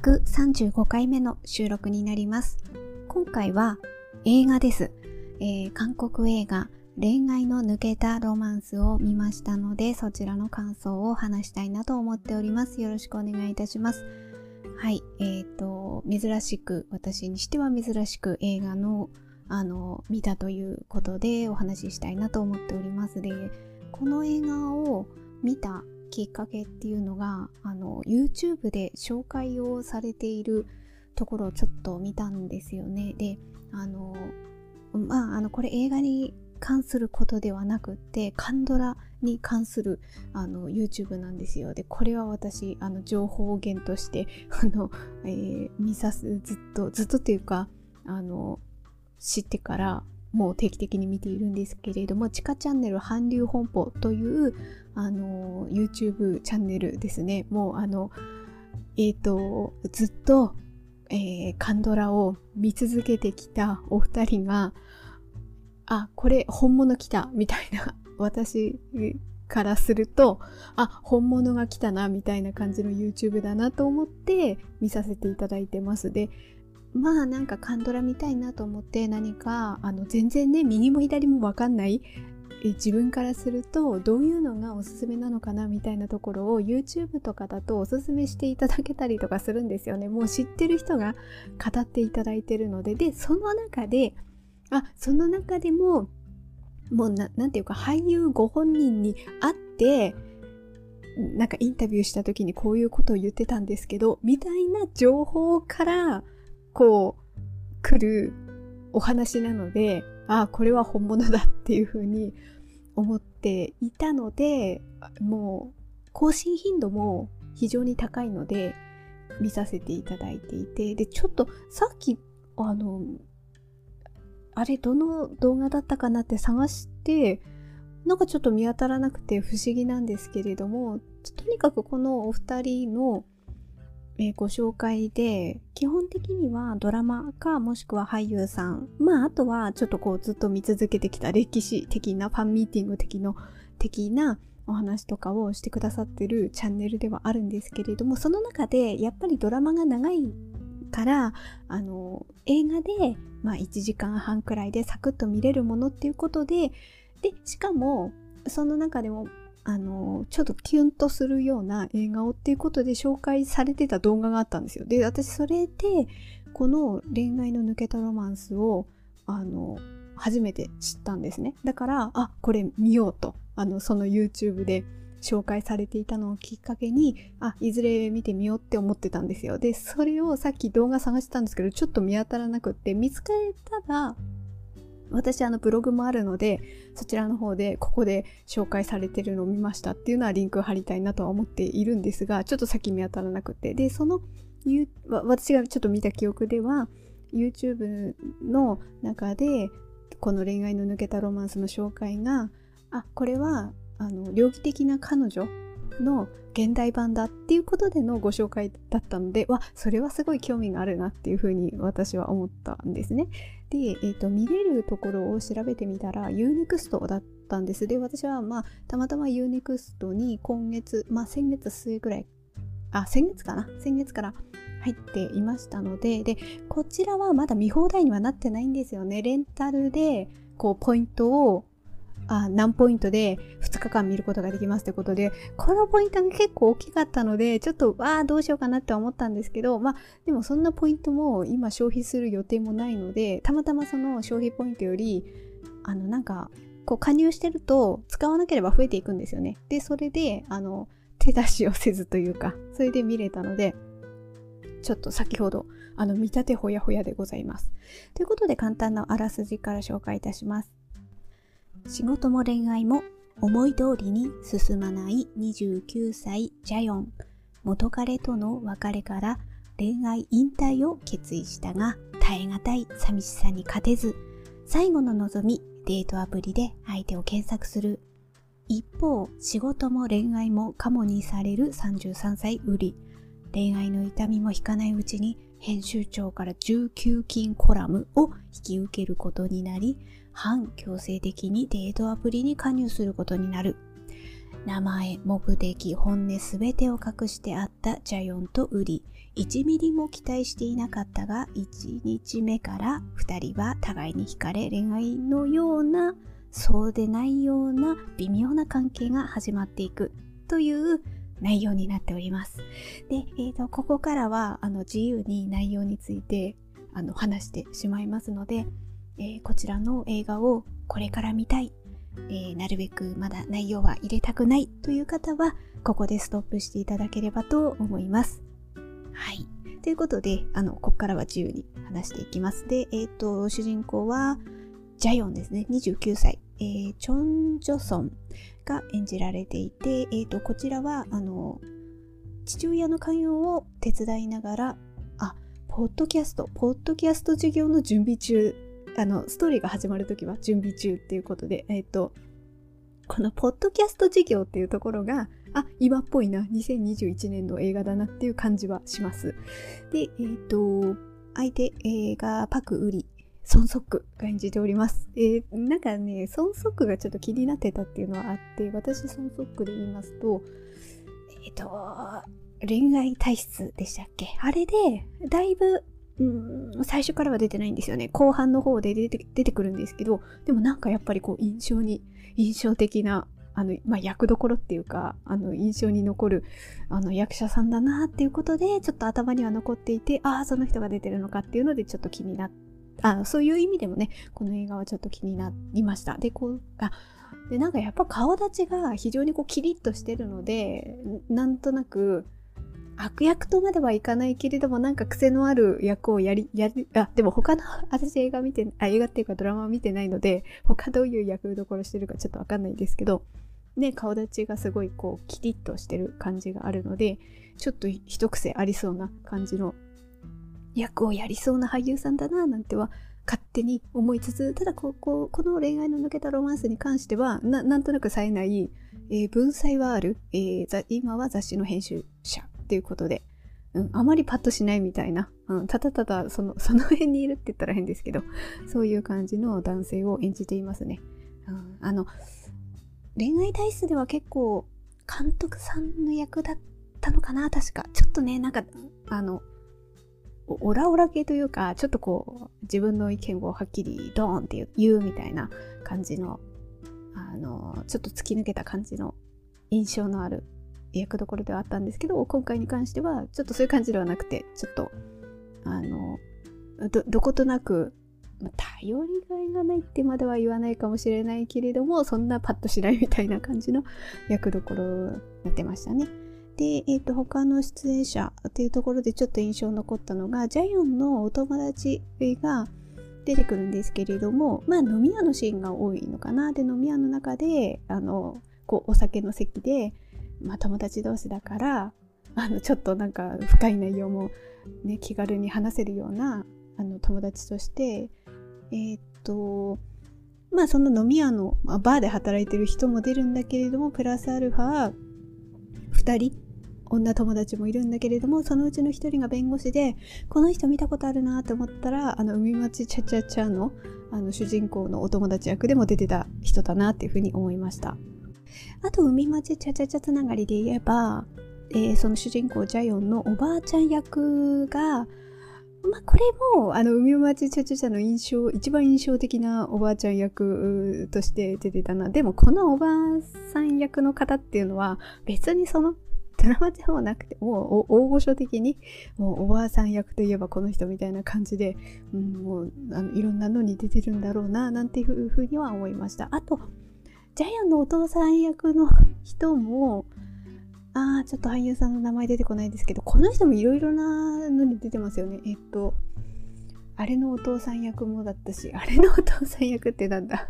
135回目の収録になります。今回は映画です。韓国映画恋愛の抜けたロマンスを見ましたので、そちらの感想を話したいなと思っております。よろしくお願いいたします。はい、私にしては珍しく映画の見たということでお話ししたいなと思っております。で、この映画を見たきっかけっていうのがYouTube で紹介をされているところをちょっと見たんですよね。で、これ映画に関することではなくってカンドラに関するYouTube なんですよ。で、これは私情報源としてずっとっていうか知ってからもう定期的に見ているんですけれども、地下チャンネル韓流本舗というYouTube チャンネルですね。もうずっと、カンドラを見続けてきたお二人がこれ本物来たみたいな、私からすると本物が来たなみたいな感じの YouTube だなと思って見させていただいてます。で、なんかカンドラ見たいなと思って何か全然ね右も左も分かんない自分からするとどういうのがおすすめなのかなみたいなところを YouTube とかだとおすすめしていただけたりとかするんですよね。もう知ってる人が語っていただいてるので、その中でももうなんていうか俳優ご本人に会ってなんかインタビューした時にこういうことを言ってたんですけどみたいな情報から来るお話なので、これは本物だっていうふうに思っていたので、もう更新頻度も非常に高いので見させていただいていて、でちょっとさっきどの動画だったかなって探してなんかちょっと見当たらなくて不思議なんですけれども、とにかくこのお二人のご紹介で基本的にはドラマかもしくは俳優さん、あとはちょっとずっと見続けてきた歴史的なファンミーティング的なお話とかをしてくださってるチャンネルではあるんですけれども、その中でやっぱりドラマが長いから映画で1時間半くらいでサクッと見れるものっていうことでしかもその中でもちょっとキュンとするような映画をっていうことで紹介されてた動画があったんですよ。で、私それでこの恋愛の抜けたロマンスを初めて知ったんですね。だからこれ見ようとその YouTube で紹介されていたのをきっかけにいずれ見てみようって思ってたんですよ。で、それをさっき動画探してたんですけどちょっと見当たらなくって見つかったら私ブログもあるのでそちらの方でここで紹介されてるのを見ましたっていうのはリンク貼りたいなとは思っているんですが、ちょっとさっき見当たらなくて、で私がちょっと見た記憶では YouTube の中でこの恋愛の抜けたロマンスの紹介がこれは猟奇的な彼女の現代版だっていうことでのご紹介だったのでそれはすごい興味があるなっていうふうに私は思ったんですね。で、見れるところを調べてみたら Unext だったんです。で、私はたまたま Unext に先月末ぐらい先月から入っていましたので、こちらはまだ見放題にはなってないんですよね。レンタルでポイントを何ポイントで2日間見ることができますということで、このポイントが結構大きかったのでちょっとどうしようかなって思ったんですけど、でもそんなポイントも今消費する予定もないので、たまたまその消費ポイントより加入してると使わなければ増えていくんですよね。で、それで手出しをせずというかそれで見れたのでちょっと先ほど見立てほやほやでございます。ということで簡単なあらすじから紹介いたします。仕事も恋愛も思い通りに進まない29歳ジャヨン。元彼との別れから恋愛引退を決意したが耐え難い寂しさに勝てず、最後の望みデートアプリで相手を検索する。一方、仕事も恋愛もカモにされる33歳ウリ。恋愛の痛みも引かないうちに編集長から19金コラムを引き受けることになり、反強制的にデートアプリに加入することになる。 名前、目的、本音すべてを隠してあったジャヨンとウリ。1ミリも期待していなかったが、1日目から2人は互いに惹かれ、恋愛のような、そうでないような微妙な関係が始まっていくという内容になっております。で、ここからは自由に内容について話してしまいますので、こちらの映画をこれから見たい、なるべくまだ内容は入れたくないという方はここでストップしていただければと思います。はい。ということで、ここからは自由に話していきます。で、主人公はジャヨンですね。29歳。チョン・ジョソンが演じられていて、こちらは父親の関与を手伝いながら、ポッドキャスト授業の準備中、ストーリーが始まるときは準備中っていうことで、このポッドキャスト授業っていうところが、今っぽいな、2021年の映画だなっていう感じはします。で、相手がパク・ウリ、ソン・ソックが演じております。なんかね、ソン・ソックがちょっと気になってたっていうのはあって、私ソン・ソックで言いますと、恋愛体質でしたっけ？あれで、だいぶ、最初からは出てないんですよね。後半の方で出てくるんですけど、でもなんかやっぱりこう印象的な、役どころっていうか、印象に残る、役者さんだなっていうことで、ちょっと頭には残っていて、その人が出てるのかっていうのでちょっと気になって、そういう意味でもね、この映画はちょっと気になりました。で、なんかやっぱ顔立ちが非常にこうキリッとしてるので、なんとなく悪役とまではいかないけれども、なんか癖のある役をでも他の、私映画っていうかドラマを見てないので、他どういう役どころしてるかちょっとわかんないですけど、ね、顔立ちがすごいこうキリッとしてる感じがあるので、ちょっと一癖ありそうな感じの役をやりそうな俳優さんだななんては勝手に思いつつ、ただこの恋愛の抜けたロマンスに関してはなんとなく冴えない、文才はある、今は雑誌の編集者っていうことで、あまりパッとしないみたいな、ただその辺にいるって言ったら変ですけど、そういう感じの男性を演じていますね。恋愛体質では結構監督さんの役だったのかな、確か。ちょっとね、なんかオラオラ系というか、ちょっとこう自分の意見をはっきりドーンって言うみたいな感じの、ちょっと突き抜けた感じの印象のある役どころではあったんですけど、今回に関してはちょっとそういう感じではなくて、ちょっとどことなく、頼りがいがないってまでは言わないかもしれないけれども、そんなパッとしないみたいな感じの役どころになってましたね。で、他の出演者っていうところでちょっと印象に残ったのが、ジャヨンのお友達が出てくるんですけれども、飲み屋のシーンが多いのかな。で、飲み屋の中で、お酒の席で、友達同士だから、ちょっとなんか深い内容もね、気軽に話せるような、友達として、その飲み屋の、バーで働いてる人も出るんだけれども、プラスアルファ、2人、女友達もいるんだけれども、そのうちの1人が弁護士で、この人見たことあるなと思ったら、海町チャチャチャの、主人公のお友達役でも出てた人だなっていうふうに思いました。あと、海町チャチャチャつながりで言えば、その主人公ジャヨンのおばあちゃん役が、これも海町チャチャチャの一番印象的なおばあちゃん役として出てたな。でもこのおばあさん役の方っていうのは別にそのドラマでもなくて、もう大御所的にもうおばあさん役といえばこの人みたいな感じで、もういろんなのに出てるんだろうななんていうふうには思いました。あとジャイアンのお父さん役の人もちょっと俳優さんの名前出てこないですけど、この人もいろいろなのに出てますよね。あれのお父さん役もだったし、あれのお父さん役ってなんだ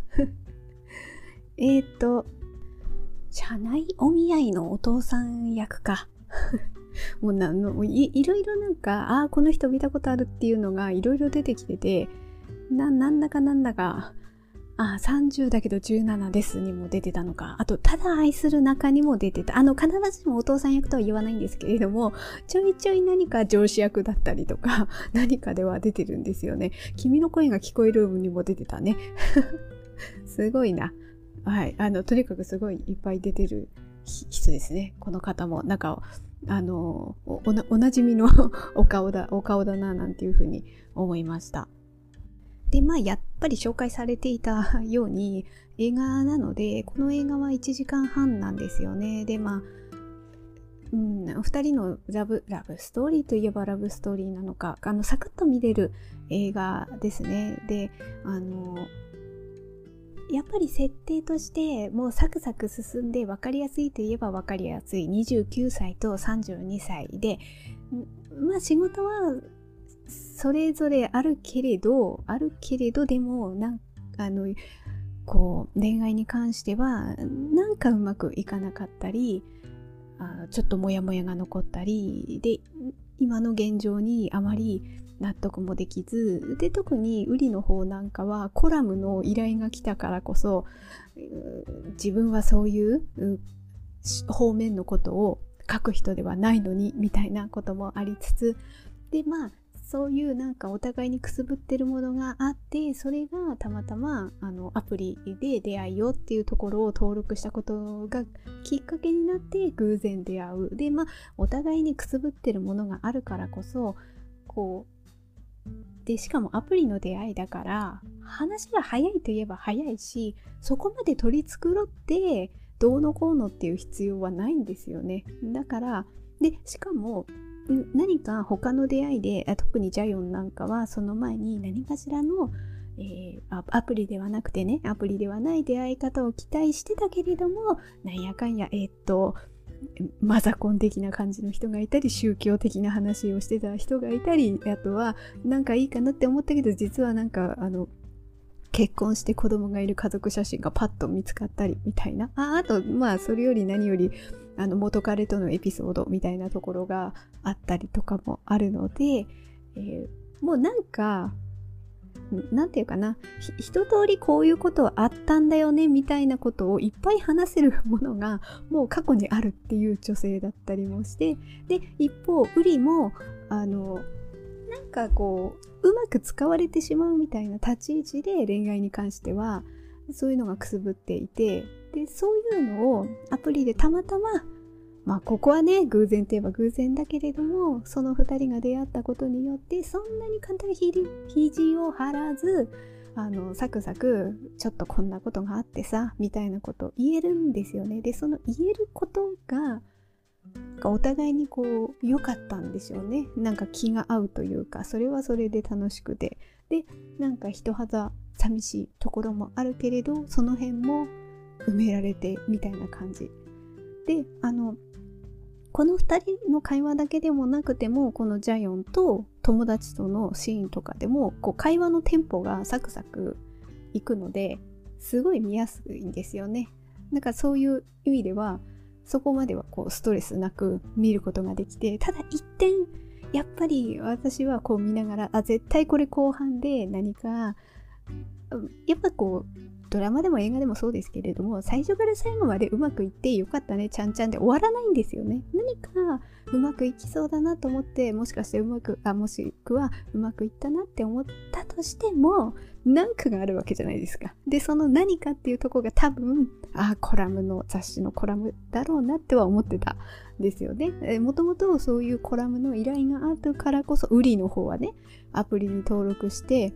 社内お見合いのお父さん役かもういろいろなんか、この人見たことあるっていうのがいろいろ出てきてて、なんだか30だけど17ですにも出てたのか。あと、ただ愛する中にも出てた。必ずしもお父さん役とは言わないんですけれども、ちょいちょい何か上司役だったりとか、何かでは出てるんですよね。君の声が聞こえるにも出てたね。すごいな。はい。とにかくすごいいっぱい出てる人ですね。この方もなんかおなじみのお顔だななんていうふうに思いました。でやっぱり紹介されていたように映画なので、この映画は1時間半なんですよね。で2人のラブストーリーといえばラブストーリーなのか、サクッと見れる映画ですね。でやっぱり設定としてもうサクサク進んで分かりやすいといえば分かりやすい29歳と32歳で、仕事はそれぞれあるけれどでもこう恋愛に関してはなんかうまくいかなかったり、ちょっとモヤモヤが残ったりで、今の現状にあまり納得もできずで、特にウリの方なんかはコラムの依頼が来たからこそ、自分はそういう方面のことを書く人ではないのにみたいなこともありつつで、そういうなんかお互いにくすぶってるものがあって、それがたまたまアプリで出会いよっていうところを登録したことがきっかけになって偶然出会う。でお互いにくすぶってるものがあるからこそこうで、しかもアプリの出会いだから話が早いといえば早いし、そこまで取り繕ってどうのこうのっていう必要はないんですよね。だからで、しかも何か他の出会いで、特にジャヨンなんかはその前に何かしらの、アプリではなくてね、アプリではない出会い方を期待してたけれども、なんやかんやマザコン的な感じの人がいたり、宗教的な話をしてた人がいたり、あとはなんかいいかなって思ったけど、実はなんか結婚して子供がいる家族写真がパッと見つかったりみたいな、あとそれより何より元彼とのエピソードみたいなところがあったりとかもあるので、もうなんかなんていうかな、一通りこういうことはあったんだよねみたいなことをいっぱい話せるものがもう過去にあるっていう女性だったりもして、で一方ウリもなんかこうまく使われてしまうみたいな立ち位置で恋愛に関してはそういうのがくすぶっていて、でそういうのをアプリでたまたまここはね偶然といえば偶然だけれども、その2人が出会ったことによってそんなに簡単に肘を張らずサクサクちょっとこんなことがあってさみたいなことを言えるんですよね。でその言えることがお互いにこう良かったんでしょうね。なんか気が合うというか、それはそれで楽しくて、でなんか一肌寂しいところもあるけれど、その辺も埋められてみたいな感じで、この2人の会話だけでもなくても、このジャヨンと友達とのシーンとかでもこう会話のテンポがサクサクいくのですごい見やすいんですよね。なんかそういう意味ではそこまではこうストレスなく見ることができて、ただ一点やっぱり私はこう見ながら絶対これ後半で何かやっぱこうドラマでも映画でもそうですけれども、最初から最後までうまくいってよかったねちゃんちゃんで終わらないんですよね。何かうまくいきそうだなと思って、もしかしてもしくはうまくいったなって思ったとしても何かがあるわけじゃないですか。でその何かっていうところが多分雑誌のコラムだろうなっては思ってたんですよね。もともとそういうコラムの依頼があるからこそウリの方はねアプリに登録して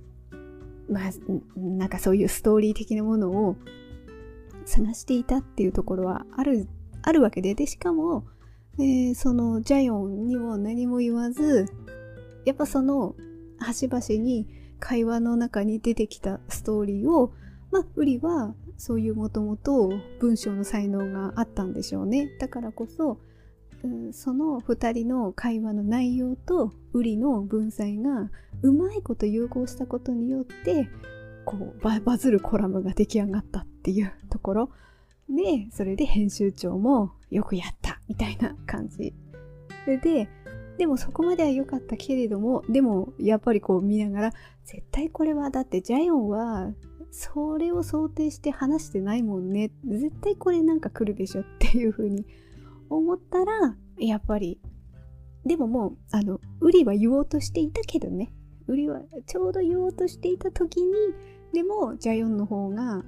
なんかそういうストーリー的なものを探していたっていうところはあるわけで、しかも、そのジャヨンにも何も言わず、やっぱその端々に会話の中に出てきたストーリーをウリはそういうもともと文章の才能があったんでしょうね。だからこそ、その2人の会話の内容とウリの文才がうまいこと融合したことによってこうバズるコラムが出来上がったっていうところで、それで編集長もよくやったみたいな感じでもそこまでは良かったけれども、でもやっぱりこう見ながら絶対これはだってジャヨンはそれを想定して話してないもんね、絶対これなんか来るでしょっていう風に思ったら、やっぱりでももうウリは言おうとしていたけどね、ウリはちょうど言おうとしていた時にでもジャヨンの方が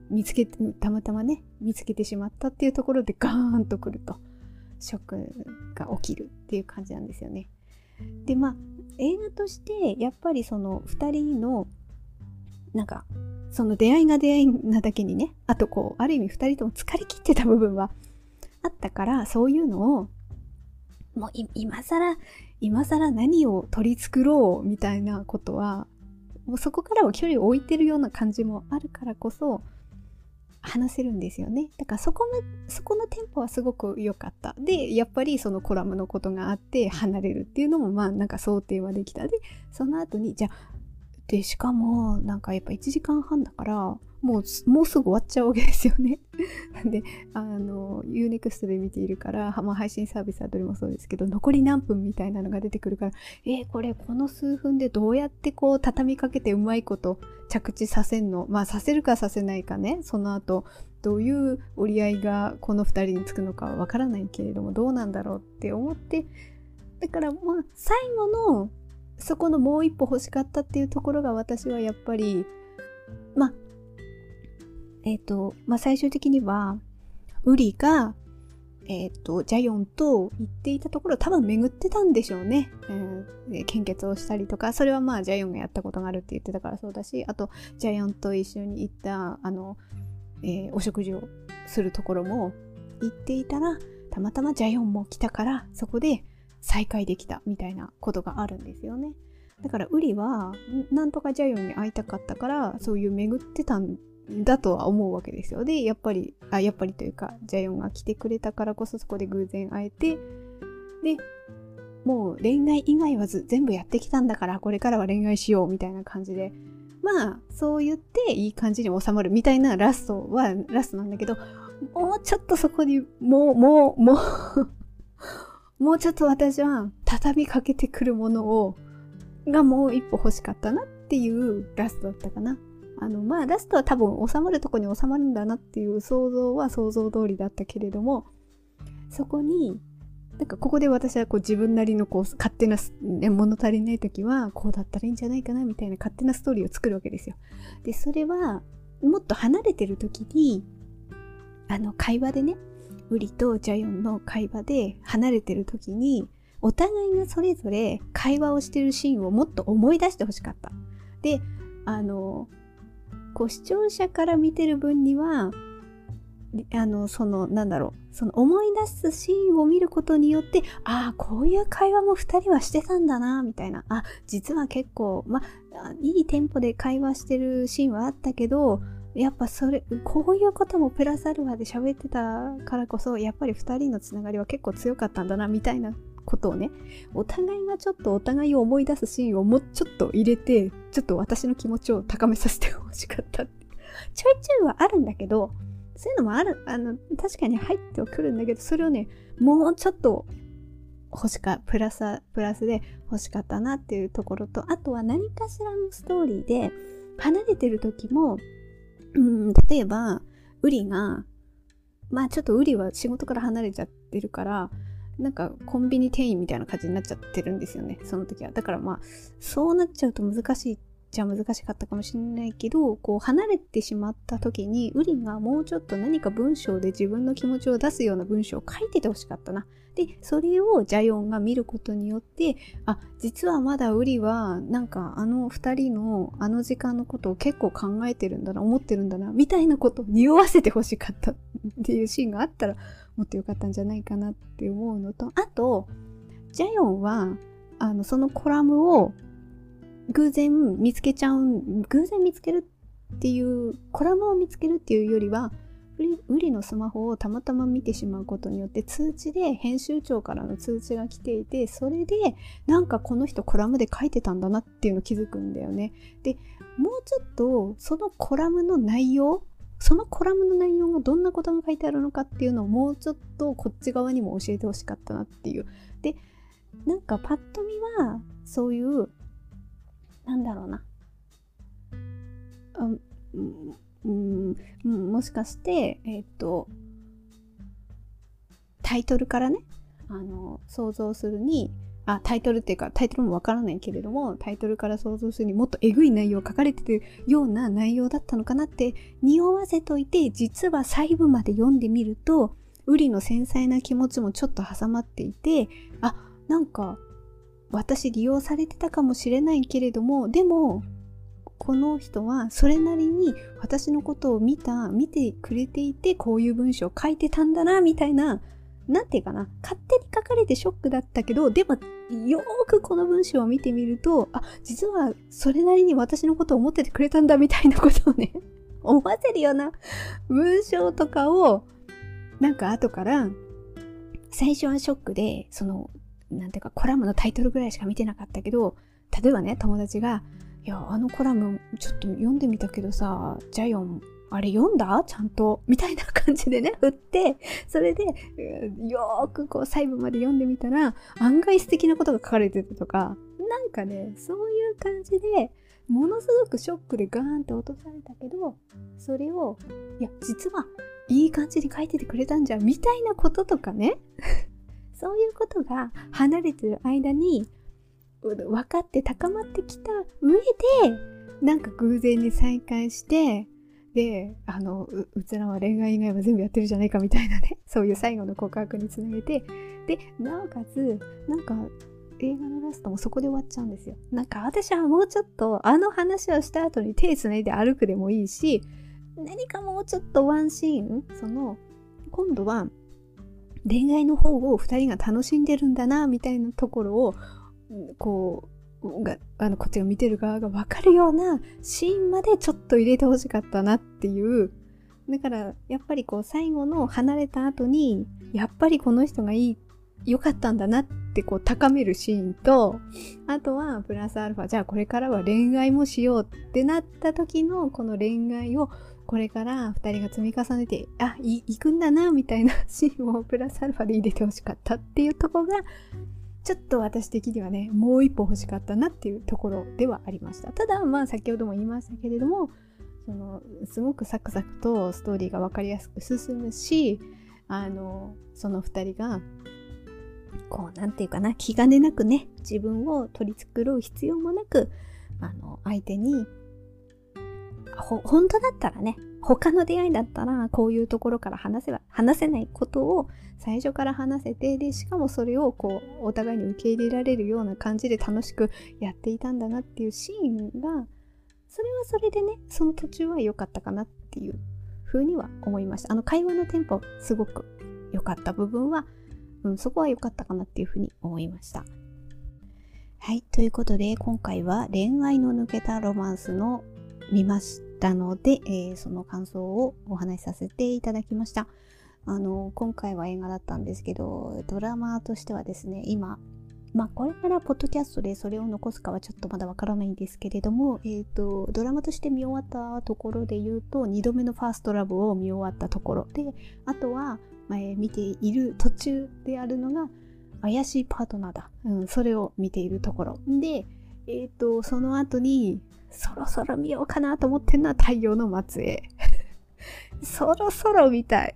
たまたまね見つけてしまったっていうところでガーンとくるとショックが起きるっていう感じなんですよね。で映画としてやっぱりその2人のなんかその出会いが出会いなだけにね、あとある意味2人とも疲れ切ってた部分はあったから、そういうのをもう今更何を取り繕ろうみたいなことはもうそこからは距離を置いてるような感じもあるからこそ話せるんですよね。だからそこのテンポはすごく良かった。でやっぱりそのコラムのことがあって離れるっていうのもなんか想定はできた。でその後にでしかもなんかやっぱ1時間半だからもうすぐ終わっちゃうわけですよね。なんでUnext で見ているから、配信サービスはどれもそうですけど、残り何分みたいなのが出てくるから、この数分でどうやって畳みかけてうまいこと着地させんの、させるかさせないかね、その後どういう折り合いがこの2人につくのかはわからないけれども、どうなんだろうって思って、だから最後のそこのもう一歩欲しかったっていうところが、私はやっぱり最終的にはウリがジャヨンと言っていたところ多分巡ってたんでしょうね。献血をしたりとか、それはジャヨンがやったことがあるって言ってたからそうだし、あとジャヨンと一緒に行ったお食事をするところも行っていたら、たまたまジャヨンも来たからそこで再会できたみたいなことがあるんですよね。だからウリはなんとかジャヨンに会いたかったから、そういう巡ってたんだとは思うわけですよ。でやっぱりというか、ジャヨンが来てくれたからこそそこで偶然会えて、でもう恋愛以外は全部やってきたんだから、これからは恋愛しようみたいな感じで、そう言っていい感じに収まるみたいなラストなんだけど、もうちょっとそこにもうちょっと私は畳みかけてくるものがもう一歩欲しかったなっていうラストだったかな。ラストは多分収まるとこに収まるんだなっていう想像は想像通りだったけれども、そこになんかここで私は自分なりの勝手な、物足りない時はこうだったらいいんじゃないかなみたいな勝手なストーリーを作るわけですよ。でそれはもっと離れてる時に会話でね、ウリとジャヨンの会話で離れてる時にお互いがそれぞれ会話をしてるシーンをもっと思い出してほしかった。で視聴者から見てる分にはその思い出すシーンを見ることによって、こういう会話も2人はしてたんだなみたいな、実は結構いいテンポで会話してるシーンはあったけど、やっぱこういうこともプラスアルファで喋ってたからこそ、やっぱり2人のつながりは結構強かったんだなみたいなことをね、お互いがちょっとお互いを思い出すシーンをもうちょっと入れて、ちょっと私の気持ちを高めさせてほしかった。ちょいちょいはあるんだけど、そういうのも確かに入ってはくるんだけど、それをねもうちょっとプラスで欲しかったなっていうところと、あとは何かしらのストーリーで離れてる時も、例えばウリがちょっとウリは仕事から離れちゃってるから、なんかコンビニ店員みたいな感じになっちゃってるんですよね、その時は。だからそうなっちゃうと難しいじゃ難しかったかもしれないけど、離れてしまった時にウリがもうちょっと何か文章で自分の気持ちを出すような文章を書いててほしかったな。でそれをジャヨンが見ることによって、実はまだウリはなんか2人の時間のことを結構考えてるんだな、思ってるんだなみたいなことを匂わせてほしかったっていうシーンがあったらもっとよかったんじゃないかなって思うのと、あとジャヨンはそのコラムを偶然見つけるっていう、コラムを見つけるっていうよりは、ウリのスマホをたまたま見てしまうことによって通知で編集長からの通知が来ていて、それでなんかこの人コラムで書いてたんだなっていうのを気づくんだよね。でもうちょっとそのコラムの内容がどんなことが書いてあるのかっていうのをもうちょっとこっち側にも教えてほしかったなっていう。でなんかパッと見はそういうもしかしてタイトルからね想像するにタイトルっていうか、タイトルもわからないけれども、タイトルから想像するにもっとえぐい内容書かれてるような内容だったのかなって匂わせといて、実は細部まで読んでみると、ウリの繊細な気持ちもちょっと挟まっていて、なんか私利用されてたかもしれないけれども、でもこの人はそれなりに私のことを見てくれていて、こういう文章を書いてたんだなみたいな、なんていうかな、勝手に書かれてショックだったけど、でもよーくこの文章を見てみると、実はそれなりに私のことを思っててくれたんだみたいなことをね思わせるような文章とかを、なんか後から最初はショックで、なんていうかコラムのタイトルぐらいしか見てなかったけど、例えばね、友達があのコラムちょっと読んでみたけどさ、ジャヨンあれ読んだちゃんとみたいな感じでね振って、それでよーくこう細部まで読んでみたら案外素敵なことが書かれてたとか、なんかね、そういう感じでものすごくショックでガーンって落とされたけど、それを実はいい感じに書いててくれたんじゃんみたいなこととかねそういうことが離れてる間に分かって高まってきた上で、なんか偶然に再会して、で、うちらは恋愛以外は全部やってるじゃないかみたいなね、そういう最後の告白につなげて、で、なおかつ、なんか映画のラストもそこで終わっちゃうんですよ。なんか私はもうちょっと話をした後に手つないで歩くでもいいし、何かもうちょっとワンシーン、今度は恋愛の方を2人が楽しんでるんだなみたいなところをこっちが見てる側が分かるようなシーンまでちょっと入れてほしかったなっていう。だからやっぱり最後の離れた後にやっぱりこの人が良かったんだなって高めるシーンと、あとはプラスアルファ、じゃあこれからは恋愛もしようってなった時のこの恋愛をこれから2人が積み重ねて行くんだなみたいなシーンをプラスアルファで入れてほしかったっていうところがちょっと私的にはね、もう一歩欲しかったなっていうところではありました。ただ先ほども言いましたけれども、すごくサクサクとストーリーが分かりやすく進むし、その2人がなんていうかな、気兼ねなくね、自分を取り繕う必要もなく相手に本当だったらね、他の出会いだったらこういうところから話せないことを最初から話せて、でしかもそれをお互いに受け入れられるような感じで楽しくやっていたんだなっていうシーンが、それはそれでね、その途中は良かったかなっていう風には思いました。会話のテンポすごく良かった部分は、そこは良かったかなっていう風に思いました。はい、ということで今回は恋愛の抜けたロマンスの見ましたので、その感想をお話しさせていただきました。今回は映画だったんですけど、ドラマとしてはですね、今これからポッドキャストでそれを残すかはちょっとまだわからないんですけれども、ドラマとして見終わったところで言うと、2度目のファーストラブを見終わったところで、あとは、見ている途中であるのが怪しいパートナーだ、それを見ているところで、その後にそろそろ見ようかなと思ってるのは太陽の末裔そろそろ見たい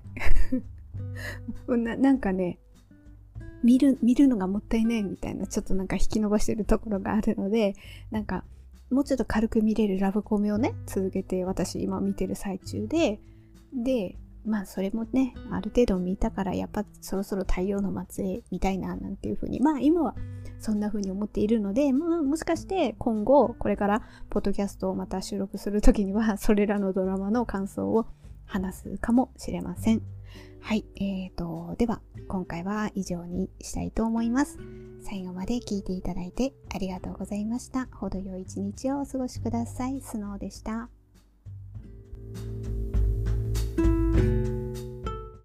なんかね、見るのがもったいないみたいな、ちょっとなんか引き伸ばしてるところがあるので、なんかもうちょっと軽く見れるラブコメをね、続けて私今見てる最中で、それもね、ある程度見たから、やっぱそろそろ太陽の末裔見たいななんていう風に、今はそんな風に思っているので、もしかして今後これからポッドキャストをまた収録するときにはそれらのドラマの感想を話すかもしれません。はい、では今回は以上にしたいと思います。最後まで聞いていただいてありがとうございました。程よい一日をお過ごしください。スノーでした。